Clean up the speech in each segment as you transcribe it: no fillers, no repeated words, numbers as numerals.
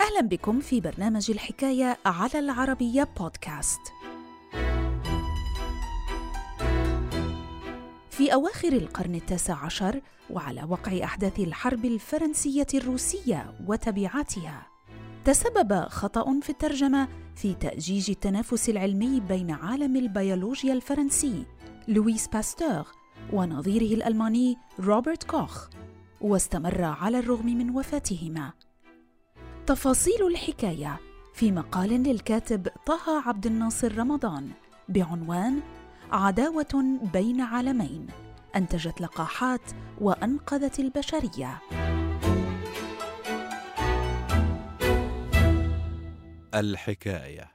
أهلا بكم في برنامج الحكاية على العربية بودكاست. في أواخر القرن التاسع عشر وعلى وقع أحداث الحرب الفرنسية الروسية وتبعاتها، تسبب خطأ في الترجمة في تأجيج التنافس العلمي بين عالم البيولوجيا الفرنسي لويس باستور ونظيره الألماني روبرت كوخ، واستمر على الرغم من وفاتهما. تفاصيل الحكاية في مقال للكاتب طه عبد الناصر رمضان بعنوان عداوة بين عالمين أنتجت لقاحات وأنقذت البشرية. الحكاية.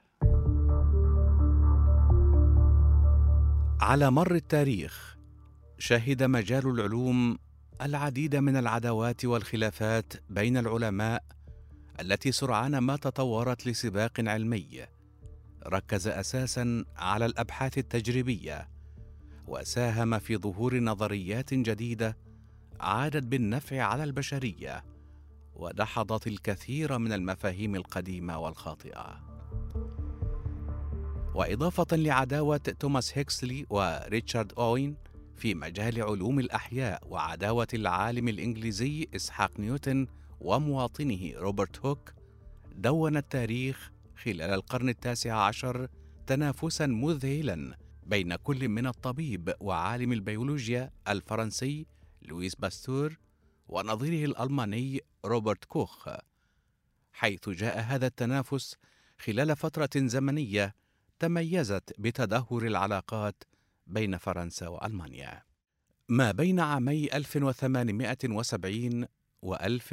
على مر التاريخ شهد مجال العلوم العديد من العداوات والخلافات بين العلماء التي سرعان ما تطورت لسباق علمي ركز أساساً على الأبحاث التجريبية، وساهم في ظهور نظريات جديدة عادت بالنفع على البشرية ودحضت الكثير من المفاهيم القديمة والخاطئة. وإضافة لعداوة توماس هيكسلي وريتشارد أوين في مجال علوم الأحياء، وعداوة العالم الإنجليزي إسحاق نيوتن ومواطنه روبرت هوك، دون التاريخ خلال القرن التاسع عشر تنافساً مذهلاً بين كل من الطبيب وعالم البيولوجيا الفرنسي لويس باستور ونظيره الألماني روبرت كوخ، حيث جاء هذا التنافس خلال فترة زمنية تميزت بتدهور العلاقات بين فرنسا وألمانيا. ما بين عامي 1870 و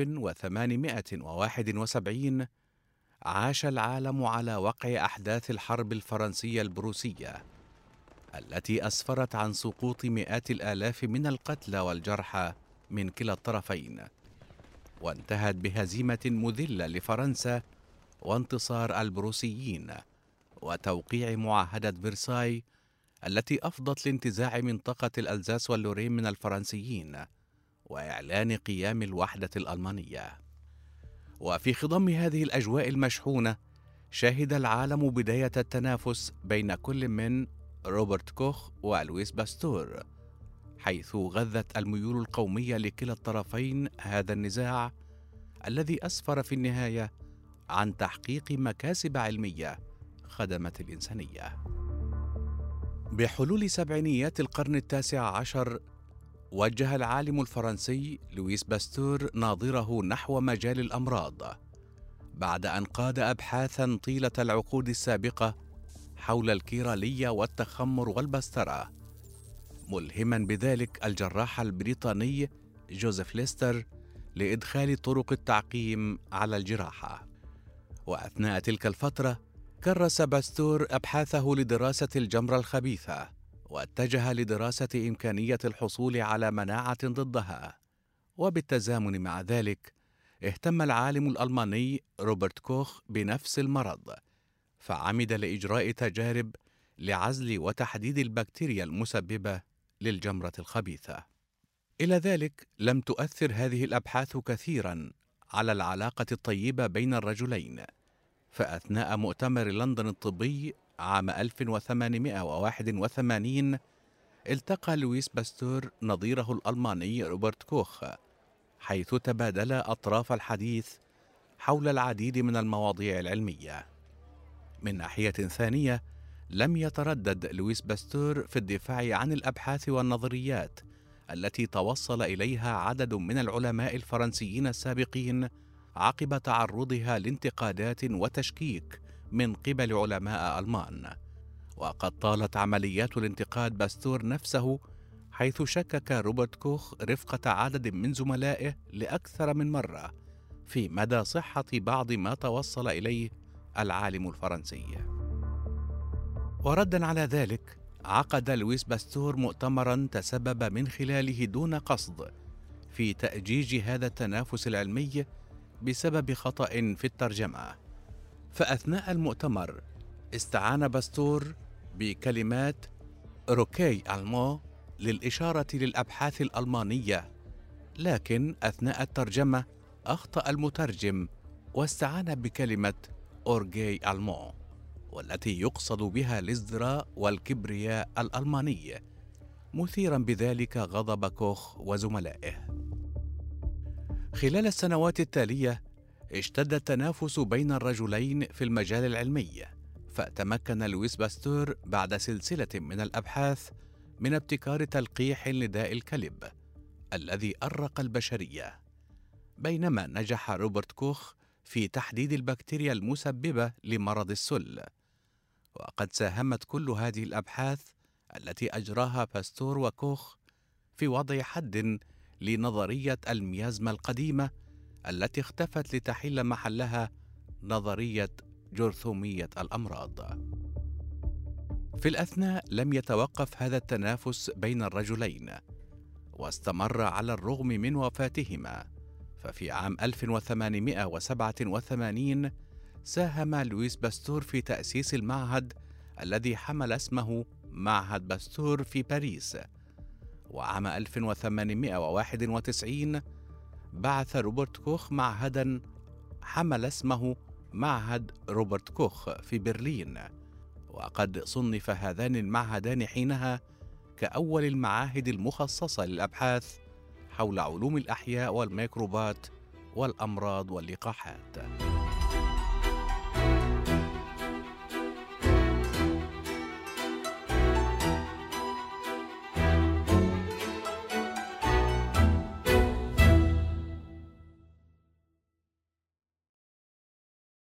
1871 عاش العالم على وقع أحداث الحرب الفرنسية البروسية التي أسفرت عن سقوط مئات الآلاف من القتلى والجرحى من كلا الطرفين، وانتهت بهزيمة مذلة لفرنسا وانتصار البروسيين وتوقيع معاهدة فرساي التي أفضت لانتزاع منطقة الألزاس واللورين من الفرنسيين وإعلان قيام الوحدة الألمانية. وفي خضم هذه الأجواء المشحونة شهد العالم بداية التنافس بين كل من روبرت كوخ ولويس باستور، حيث غذت الميول القومية لكلا الطرفين هذا النزاع الذي أسفر في النهاية عن تحقيق مكاسب علمية خدمت الإنسانية. بحلول سبعينيات القرن التاسع عشر وجه العالم الفرنسي لويس باستور ناظره نحو مجال الأمراض بعد أن قاد أبحاثاً طيلة العقود السابقة حول الكيرالية والتخمر والبسترة، ملهماً بذلك الجراح البريطاني جوزيف ليستر لإدخال طرق التعقيم على الجراحة. وأثناء تلك الفترة كرس باستور أبحاثه لدراسة الجمرة الخبيثة، واتجه لدراسة إمكانية الحصول على مناعة ضدها. وبالتزامن مع ذلك اهتم العالم الألماني روبرت كوخ بنفس المرض، فعمد لإجراء تجارب لعزل وتحديد البكتيريا المسببة للجمرة الخبيثة. إلى ذلك لم تؤثر هذه الأبحاث كثيراً على العلاقة الطيبة بين الرجلين، فأثناء مؤتمر لندن الطبي عام 1881 التقى لويس باستور نظيره الألماني روبرت كوخ، حيث تبادلا أطراف الحديث حول العديد من المواضيع العلمية. من ناحية ثانية لم يتردد لويس باستور في الدفاع عن الأبحاث والنظريات التي توصل إليها عدد من العلماء الفرنسيين السابقين عقب تعرضها لانتقادات وتشكيك من قبل علماء ألمان. وقد طالت عمليات الانتقاد باستور نفسه، حيث شكك روبرت كوخ رفقة عدد من زملائه لأكثر من مرة في مدى صحة بعض ما توصل إليه العالم الفرنسي. ورداً على ذلك عقد لويس باستور مؤتمراً تسبب من خلاله دون قصد في تأجيج هذا التنافس العلمي بسبب خطأ في الترجمة. فأثناء المؤتمر استعان باستور بكلمات روكي ألمو للإشارة للأبحاث الألمانية، لكن أثناء الترجمة أخطأ المترجم واستعان بكلمة أورجي ألمون، والتي يقصد بها الازدراء والكبرياء الألماني، مثيرا بذلك غضب كوخ وزملائه. خلال السنوات التالية اشتد التنافس بين الرجلين في المجال العلمي، فتمكن لويس باستور بعد سلسلة من الأبحاث من ابتكار تلقيح نداء الكلب الذي أرق البشرية، بينما نجح روبرت كوخ في تحديد البكتيريا المسببة لمرض السل. وقد ساهمت كل هذه الأبحاث التي أجراها باستور وكوخ في وضع حد لنظرية الميازما القديمة التي اختفت لتحل محلها نظرية جرثومية الأمراض. في الأثناء لم يتوقف هذا التنافس بين الرجلين، واستمر على الرغم من وفاتهما. ففي عام 1887 ساهم لويس باستور في تأسيس المعهد الذي حمل اسمه معهد باستور في باريس. وعام 1891 بعث روبرت كوخ معهدا حمل اسمه معهد روبرت كوخ في برلين، وقد صنف هذان المعهدان حينها كأول المعاهد المخصصة للأبحاث حول علوم الأحياء والميكروبات والأمراض واللقاحات.